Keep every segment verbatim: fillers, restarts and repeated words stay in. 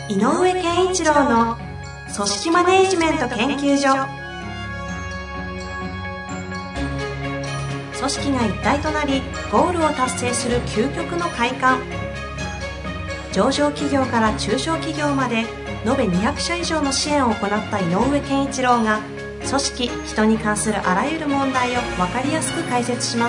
井上健一郎の組織マネジメント研究所。組織が一体となりゴールを達成する究極の快感。上場企業から中小企業まで延べにひゃくしゃ以上の支援を行った井上健一郎が、組織・人に関するあらゆる問題を分かりやすく解説します。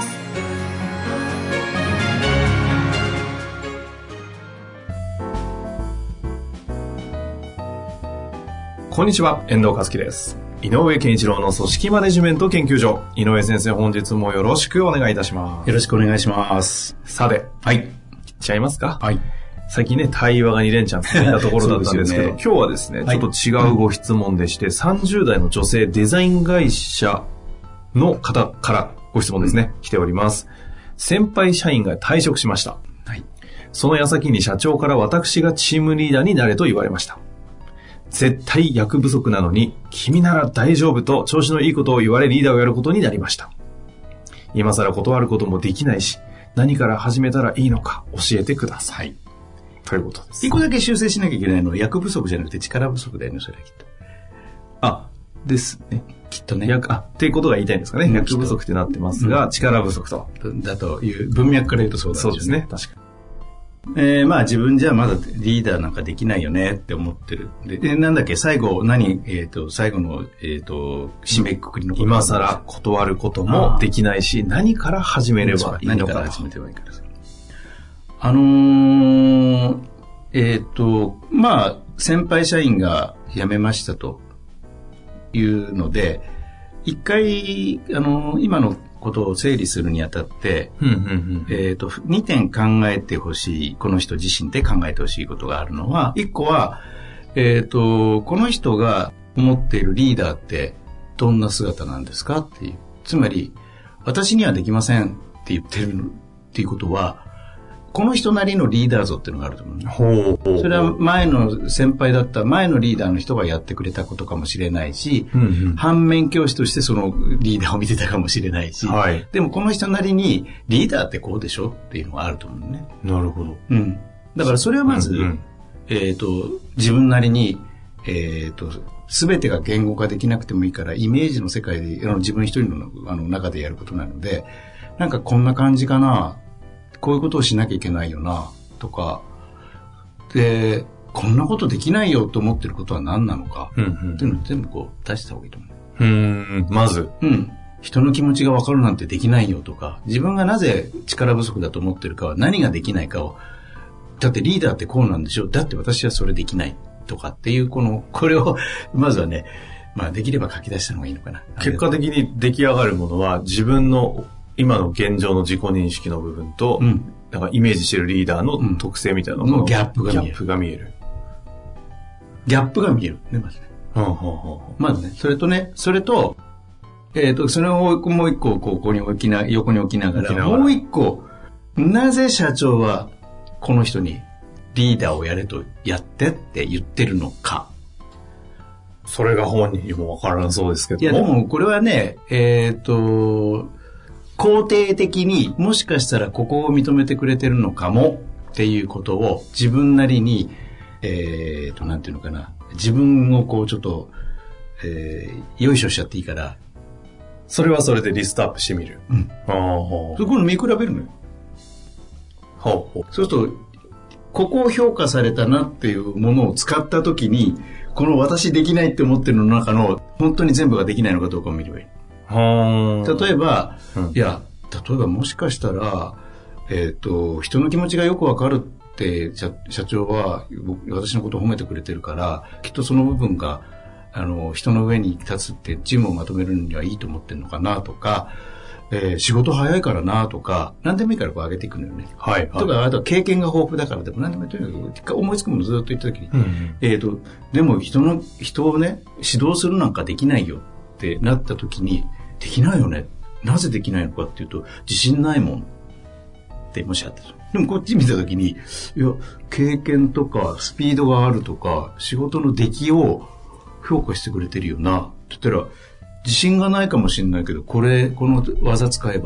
こんにちは、遠藤和樹です。井上健一郎の組織マネジメント研究所。井上先生、本日もよろしくお願いいたします。 よろしくお願いします。 さて、 はい。 いっちゃいますか。 はい。 最近ね、対話がに連チャン続いたところだったんですけど、ね、今日はですね、ちょっと違うご質問でして、はい、さんじゅう代の女性デザイン会社の方からご質問ですね、うん、来ております。先輩社員が退職しました。はい。その矢先に社長から私がチームリーダーになれと言われました。絶対役不足なのに、君なら大丈夫と調子のいいことを言われリーダーをやることになりました。今更断ることもできないし、何から始めたらいいのか教えてください。ということです。 一個だけ修正しなきゃいけないのは役不足じゃなくて力不足だよね、それはきっと。 あ、ですね。 きっとね。 役、あ、っていうことが言いたいんですかね。役不足ってなってますが、うん、力不足と。 だという文脈から言うとそうだね。 そうですね。確かに。 えー、まあ自分じゃまだリーダーなんかできないよねって思ってる。で、でなんだっけ、最後、何、えっ、ー、と、最後の、えっ、ー、と、締めくくりのこと。 今更断ることもできないし、何から始めればいいのか。 何から始めればいいかです。あのー、えっ、ー、と、まあ、先輩社員が辞めましたというので、一回、あのー、今のことを整理するにあたって、うんうんうん、えっ、ー、と、にてん考えてほしい、この人自身で考えてほしいことがあるのは、いっこは、えっ、ー、と、この人が思っているリーダーってどんな姿なんですかっていう。つまり、私にはできませんって言ってるっていうことは、この人なりのリーダー像っていうのがあると思う、ね。ほうほうほう。それは前の先輩だった前のリーダーの人がやってくれたことかもしれないし、うんうん、反面教師としてそのリーダーを見てたかもしれないし、はい、でもこの人なりにリーダーってこうでしょっていうのがあると思うね。 なるほど。 うん。だからそれはまず、うんうん、えっと、自分なりに、えっと、すべてが言語化できなくてもいいから、イメージの世界で、あの自分一人の、あの中でやることなので、なんかこんな感じかな、こういうことをしなきゃいけないよな、とか、で、こんなことできないよと思ってることは何なのか、うんうん、っていうのを全部こう出した方がいいと思う。 うーん、まず。 うん。人の気持ちが分かるなんてできないよとか、自分がなぜ力不足だと思ってるかは何ができないかを、だってリーダーってこうなんでしょ、だって私はそれできないとかっていう、この、これを、まずはね、まあできれば書き出した方がいいのかな。 結果的に出来上がるものは自分の今の現状の自己認識の部分と、うん、なんかイメージしてるリーダーの特性みたいなのの、 うん、ギャップが見える。 ギャップが見える。 ギャップが見える。ね、まずね。うんうんうん、まずね、それとね、それと、えっと、それをもう一個、ここに置きな、横に置きながら、もう一個、なぜ社長はこの人にリーダーをやれとやってって言ってるのか。 それが本人にもわからなそうですけども。 いや、でもこれはね、えっと、肯定的にもしかしたらここを認めてくれてるのかもっていうことを自分なりに、えーと、なんていうのかな、自分をこうちょっと、えー、よいしょしちゃっていいから、 それはそれでリストアップしてみる。うん。ああ、 そこの見比べるのよ。ほうほう。そうすると、ここを評価されたなっていうものを使ったときに、この私できないって思ってるの中の本当に全部ができないのかどうかを見ればいい。例えば、うん、いや、例えばもしかしたら、えっと、人の気持ちがよくわかるって社、社長は私のことを褒めてくれてるから、きっとその部分が、あの、人の上に立つってチームをまとめるにはいいと思ってるのかなとか、えー、仕事早いからなとか、何でもいいからこう上げていくのよね。はい。はい、とか、あとは経験が豊富だからでも何でもいいとにかく思いつくものずっと言ったときに、うんうん、えっと、でも人の、人をね、指導するなんかできないよってなったときに、できないよね。なぜできないのかっていうと、自信ないもんってもしあったと。でもこっち見たときに、いや、経験とかスピードがあるとか、仕事の出来を評価してくれてるよな。って言ったら、自信がないかもしれないけど、これ、この技使えば、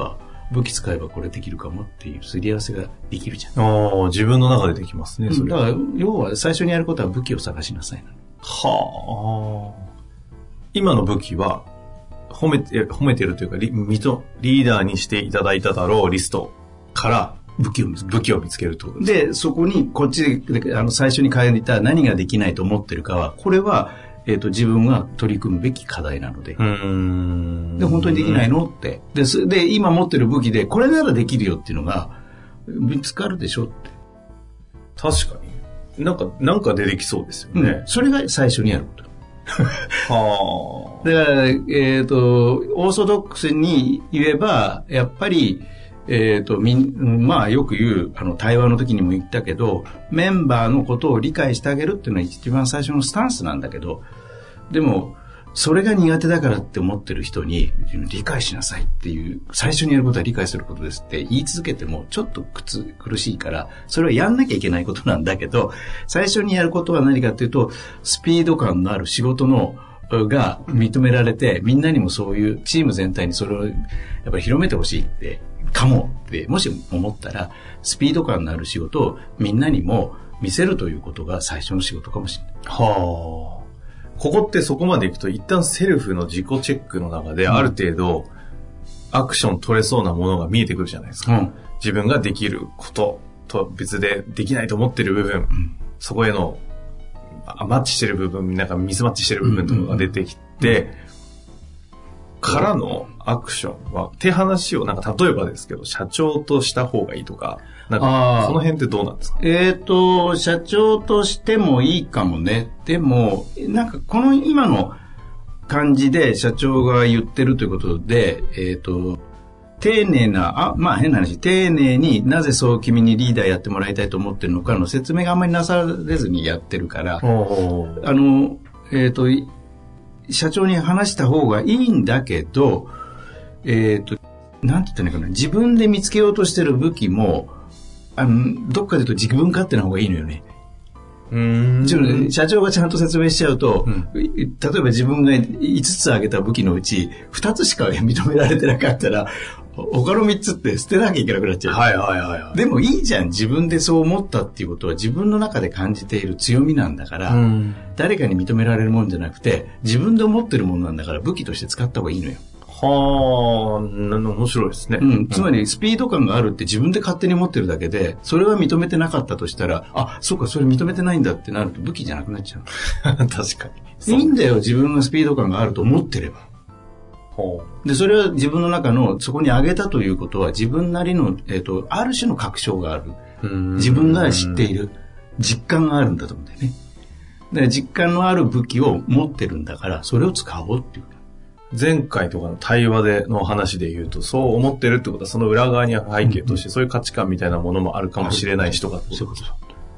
武器使えばこれできるかもっていうすり合わせができるじゃん。 ああ、自分の中でできますね、それ。 だから、要は最初にやることは武器を探しなさいな。 はあ。今の武器は、褒めて、褒めてるというかリ、リーダーにしていただいただろうリストから武器を見つける。 武器を見つけるってことです。で、そこに、こっちで、あの、最初に書いた何ができないと思ってるかは、これは、えっと、自分が取り組むべき課題なので。 うーん。 で、本当にできないのって。で、で、今持ってる武器で、これならできるよっていうのが、見つかるでしょって。 確かに。なんか、なんか出てきそうですよね。うん、 それが最初にやること。 はあ。だから、えっと、オーソドックスに言えば、やっぱり、えっと、みん、まあよく言う、あの、対話の時にも言ったけど、メンバーのことを理解してあげるっていうのは一番最初のスタンスなんだけど、でも、それが苦手だからって思ってる人に、理解しなさいっていう、最初にやることは理解することですって言い続けても、ちょっと苦痛、苦しいから、それはやんなきゃいけないことなんだけど、最初にやることは何かっていうと、スピード感のある仕事の、が認められて、みんなにもそういうチーム全体にそれをやっぱり広めてほしいって、かもって、もし思ったら、スピード感のある仕事をみんなにも見せるということが最初の仕事かもしれない。 はあ。ここってそこまでいくと一旦セルフの自己チェックの中である程度アクション取れそうなものが見えてくるじゃないですか。うん、自分ができることと別でできないと思ってる部分、うん、そこへのマッチしてる部分、なんかミスマッチしてる部分とかが出てきて、うんうん、からのアクションは手話をなんか例えばですけど社長とした方がいいとか、なんかその辺ってどうなんですか？ えっと、社長としてもいいかもね。でも、なんかこの今の感じで社長が言ってるということで、えっと、丁寧な、あ、まあ変な話、丁寧になぜそう君にリーダーやってもらいたいと思ってるのかの説明があんまりなされずにやってるから、あの、えっと、社長に話した方がいいんだけど、えっと、なんて言ったらいいかな、自分で見つけようとしてる武器も、あの、どっかで言うと自分勝手な方がいいのよね。うーん、社長がちゃんと説明しちゃうと、うん、例えば自分がいつつ挙げた武器のうちふたつしか認められてなかったら他のみっつって捨てなきゃいけなくなっちゃう。 はいはいはいはい。 でもいいじゃん、自分でそう思ったっていうことは自分の中で感じている強みなんだから、うん、誰かに認められるもんじゃなくて自分で思ってるものなんだから武器として使った方がいいのよ。 はあ、面白いですね。 うん、つまりスピード感があるって自分で勝手に持ってるだけで、それは認めてなかったとしたら、あ、そうか、それ認めてないんだってなると武器じゃなくなっちゃう。 確かに。 いいんだよ、自分がスピード感があると思ってれば。ほう。で、それは自分の中の、そこに上げたということは自分なりの、えっと、ある種の確証がある。自分が知っている実感があるんだと思うんだよね。だから実感のある武器を持ってるんだから、それを使おうっていう。 前回とかの対話での話で言うと、そう思ってるってことはその裏側にある背景として、そういう価値観みたいなものもあるかもしれない人が、そういうこと。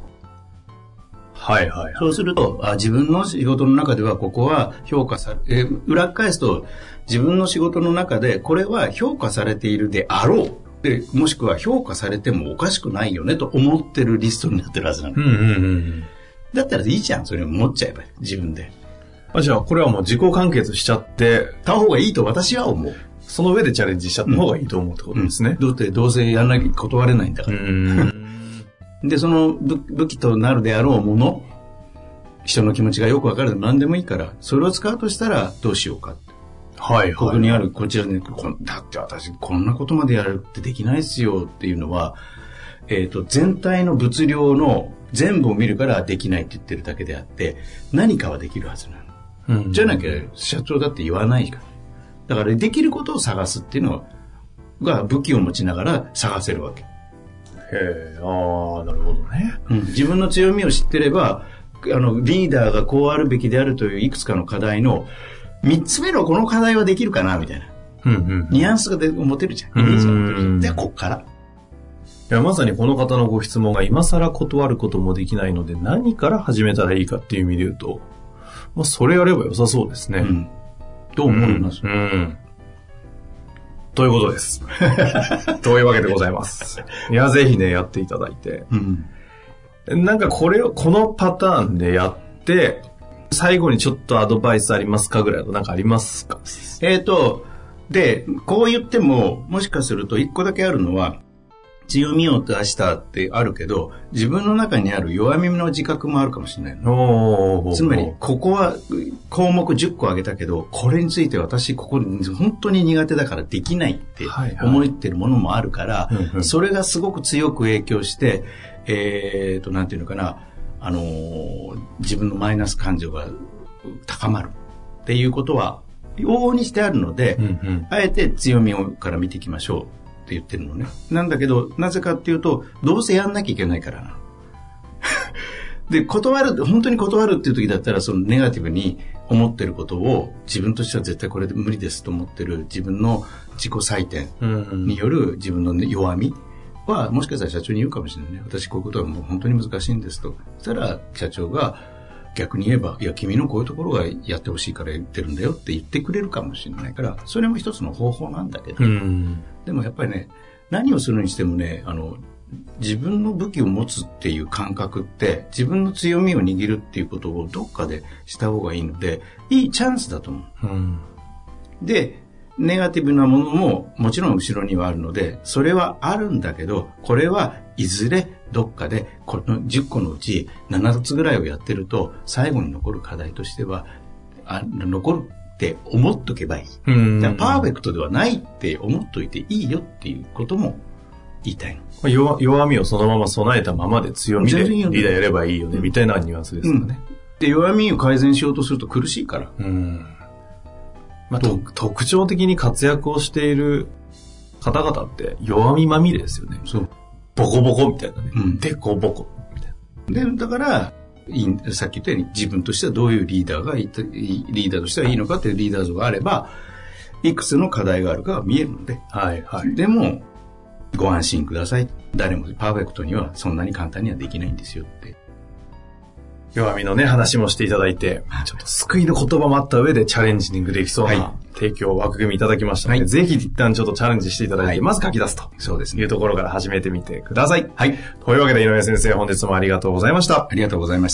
はいはいはい。 そうすると、あ、自分の仕事の中ではここは評価され、えー、裏返すと自分の仕事の中でこれは評価されているであろう。で、もしくは評価されてもおかしくないよねと思ってるリストになってるはずなの。うんうんうん、だったらいいじゃん、それを持っちゃえば自分で。 あ、じゃあこれはもう自己完結しちゃってた方がいいと私は思う。 その上でチャレンジしちゃった方がいいと思うってことですね。 うんうん、どうってどうせやんなきゃ断れないんだから。うんで、その武器となるであろうもの、人の気持ちがよくわかるの何でもいいから、それを使うとしたらどうしようか。はいはい。ここにある、こちらに、だって私こんなことまでやるってできないですよっていうのは、えっと、全体の物量の全部を見るからできないって言ってるだけであって、何かはできるはずなの。うん、じゃなきゃ社長だって言わないから。だからできることを探すっていうのが武器を持ちながら探せるわけ。へえ、ああ、なるほどね、 うん。自分の強みを知ってれば、あのリーダーがこうあるべきであるといういくつかの課題の三つ目のこの課題はできるかなみたいな、うんうん、ニュアンスが持てるじゃん。イメージが持てるじゃん。で、こっから。いや、まさにこの方のご質問が今更断ることもできないので何から始めたらいいかっていう意味で言うと、まあ、それやれば良さそうですね。うん、 どう思います、うんうん、 ということです。というわけでございます。いや、ぜひね、やっていただいて。うん、なんかこれを、このパターンでやって、最後にちょっとアドバイスありますかぐらいのなんかありますか？ えっと、 で、こう言っても、もしかすると一個だけあるのは、強みを出したってあるけど、自分の中にある弱みの自覚もあるかもしれないの。つまり、ここは項目じゅっこ挙げたけど、これについて私、ここ本当に苦手だからできないって思ってるものもあるから、はいはい、それがすごく強く影響して、えーと、なんていうのかな、あのー、自分のマイナス感情が高まるっていうことは、往々にしてあるので、うんうん、あえて強みから見ていきましょう。って言ってるのね。なんだけど、なぜかっていうと、どうせやんなきゃいけないからな。で、断る、本当に断るっていう時だったら、そのネガティブに思ってることを、自分としては絶対これで無理ですと思ってる自分の自己採点による自分の弱みは、もしかしたら社長に言うかもしれないね。私こういうことはもう本当に難しいんですと。そしたら、社長が逆に言えば、いや、君のこういうところがやってほしいから言ってるんだよって言ってくれるかもしれないから、それも一つの方法なんだけど、うんでもやっぱりね、何をするにしてもね、あの、自分の武器を持つっていう感覚って、自分の強みを握るっていうことをどっかでした方がいいので、いいチャンスだと思う。うん、で、ネガティブなものももちろん後ろにはあるので、それはあるんだけど、これはいずれどっかで、このじゅっこのうちななつぐらいをやってると、最後に残る課題としては、あ残るって思っとけばいい。うんだからパーフェクトではないって思っといていいよっていうことも言いたいの。 弱, 弱みをそのまま備えたままで強みでリーダーやればいいよね、みたいなニュアンスですかね。 うん、で、弱みを改善しようとすると苦しいから。うんまあ、特徴的に活躍をしている方々って弱みまみれですよね。そう。ボコボコみたいなね。うん。でこぼこみたいな。で、だから、さっき言ったように自分としてはどういうリーダーがいい、リーダーとしてはいいのかというリーダー像があれば、いくつの課題があるかが見えるので。はいはい。でも、ご安心ください。誰もパーフェクトにはそんなに簡単にはできないんですよって。 弱みのね、話もしていただいて、ちょっと救いの言葉もあった上でチャレンジングできそうな提供枠組みいただきましたので、はい、ぜひ一旦ちょっとチャレンジしていただいて、はい、まず書き出すと。そうですね。いうところから始めてみてください。はい。というわけで井上先生、本日もありがとうございました。 ありがとうございました。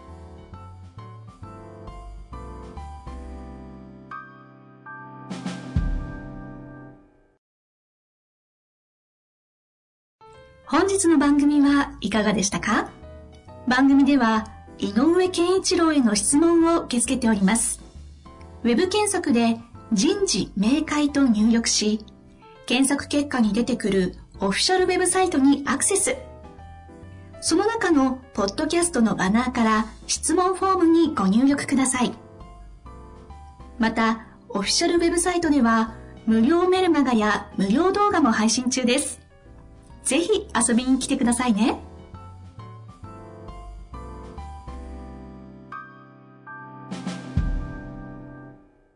本日の番組はいかがでしたか？番組では井上健一郎への質問を受け付けております。ウェブ検索で人事明快と入力し、検索結果に出てくるオフィシャルウェブサイトにアクセス。その中のポッドキャストのバナーから質問フォームにご入力ください。また、オフィシャルウェブサイトでは無料メルマガや無料動画も配信中です。ぜひ遊びに来てくださいね。